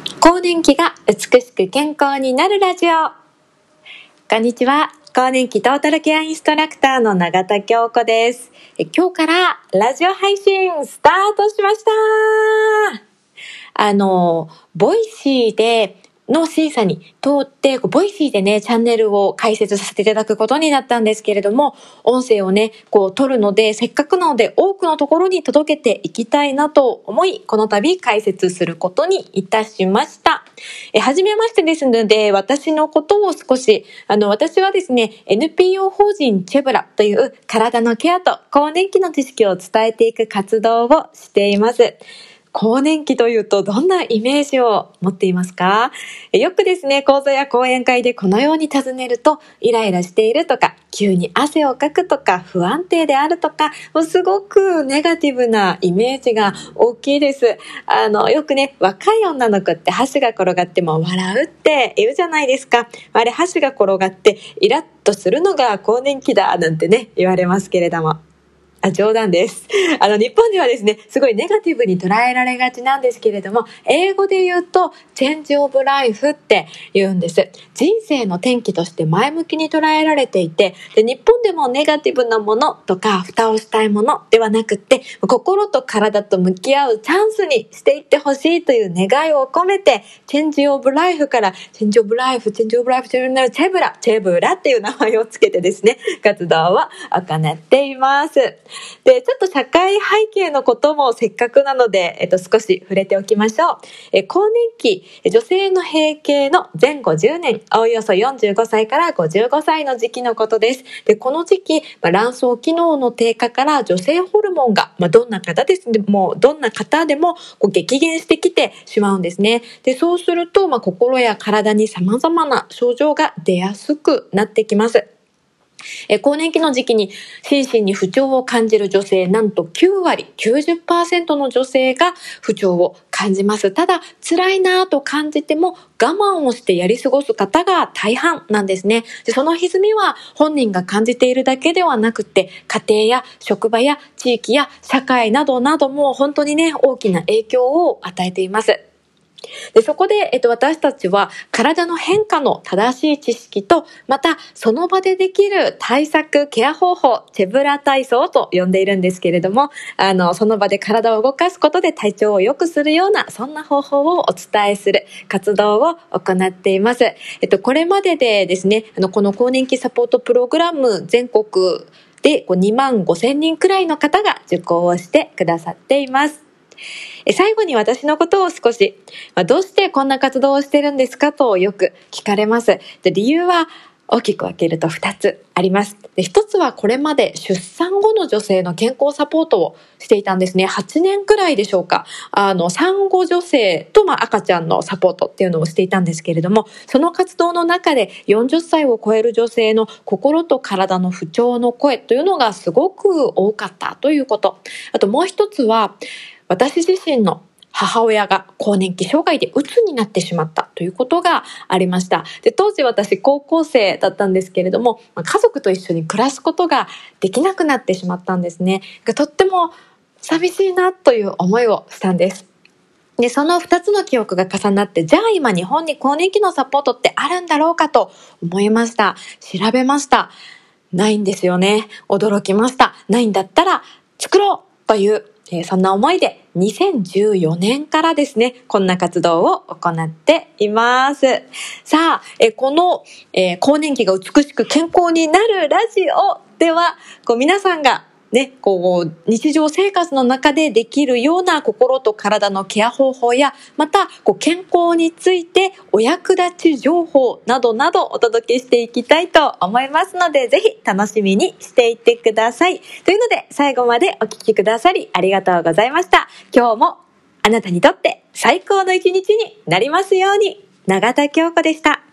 更年期が美しく健康になるラジオ。こんにちは。更年期トータルケアインストラクターの永田京子です。今日からラジオ配信スタートしました。ボイシーでの審査に通って、ボイシーでね、チャンネルを開設させていただくことになったんですけれども、音声をね、撮るので、せっかくなので多くのところに届けていきたいなと思い、この度開設することにいたしました。はじめましてですので、私のことを少し、私はですね、NPO 法人チェブラという体のケアと更年期の知識を伝えていく活動をしています。更年期というとどんなイメージを持っていますか？よくですね、講座や講演会でこのように尋ねると、イライラしているとか、急に汗をかくとか、不安定であるとか、すごくネガティブなイメージが大きいです。よくね、若い女の子って箸が転がっても笑うって言うじゃないですか。あれ、箸が転がってイラッとするのが更年期だなんてね、言われますけれども。冗談です。日本ではですね、すごいネガティブに捉えられがちなんですけれども、英語で言うと、チェンジオブライフって言うんです。人生の転機として前向きに捉えられていて、で、日本でもネガティブなものとか、蓋をしたいものではなくって、心と体と向き合うチャンスにしていってほしいという願いを込めて、チェンジオブライフから、チェンジオブライフ、チェンジオブライフというのをチェブラっていう名前をつけてですね、活動を行っています。で、ちょっと社会背景のこともせっかくなので、少し触れておきましょう。更年期、女性の閉経の前後10年、およそ45歳から55歳の時期のことです。で、この時期、卵巣機能の低下から女性ホルモンが、どんな方でも激減してきてしまうんですね。で、そうすると、心や体に様々な症状が出やすくなってきます。更年期の時期に心身に不調を感じる女性、なんと9割、90% の女性が不調を感じます。ただ、辛いなぁと感じても我慢をしてやり過ごす方が大半なんですね。で、その歪みは本人が感じているだけではなくて、家庭や職場や地域や社会などなども本当にね、大きな影響を与えています。で、そこで、私たちは体の変化の正しい知識と、またその場でできる対策、ケア方法、チェブラ体操と呼んでいるんですけれども、その場で体を動かすことで体調を良くするような、そんな方法をお伝えする活動を行っています。これまででですね、この更年期サポートプログラム全国で2万5千人くらいの方が受講をしてくださっています。最後に私のことを少し、どうしてこんな活動をしてるんですかとよく聞かれます。で、理由は大きく分けると2つあります。で、1つはこれまで出産後の女性の健康サポートをしていたんですね。8年くらいでしょうか。産後女性と赤ちゃんのサポートっていうのをしていたんですけれども、その活動の中で40歳を超える女性の心と体の不調の声というのがすごく多かったということ。あともう1つは、私自身の母親が更年期障害で鬱になってしまったということがありました。で、当時私高校生だったんですけれども、家族と一緒に暮らすことができなくなってしまったんですね。とっても寂しいなという思いをしたんです。で、その2つの記憶が重なって、じゃあ今日本に更年期のサポートってあるんだろうかと思いました。調べました。ないんですよね。驚きました。ないんだったら作ろうというそんな思いで2014年からですね、こんな活動を行っています。さあ、この、更年期が美しく健康になるラジオでは、皆さんがね、日常生活の中でできるような心と体のケア方法や、また健康についてお役立ち情報などなどお届けしていきたいと思いますので、ぜひ楽しみにしていってください。というので、最後までお聞きくださりありがとうございました。今日もあなたにとって最高の一日になりますように。永田京子でした。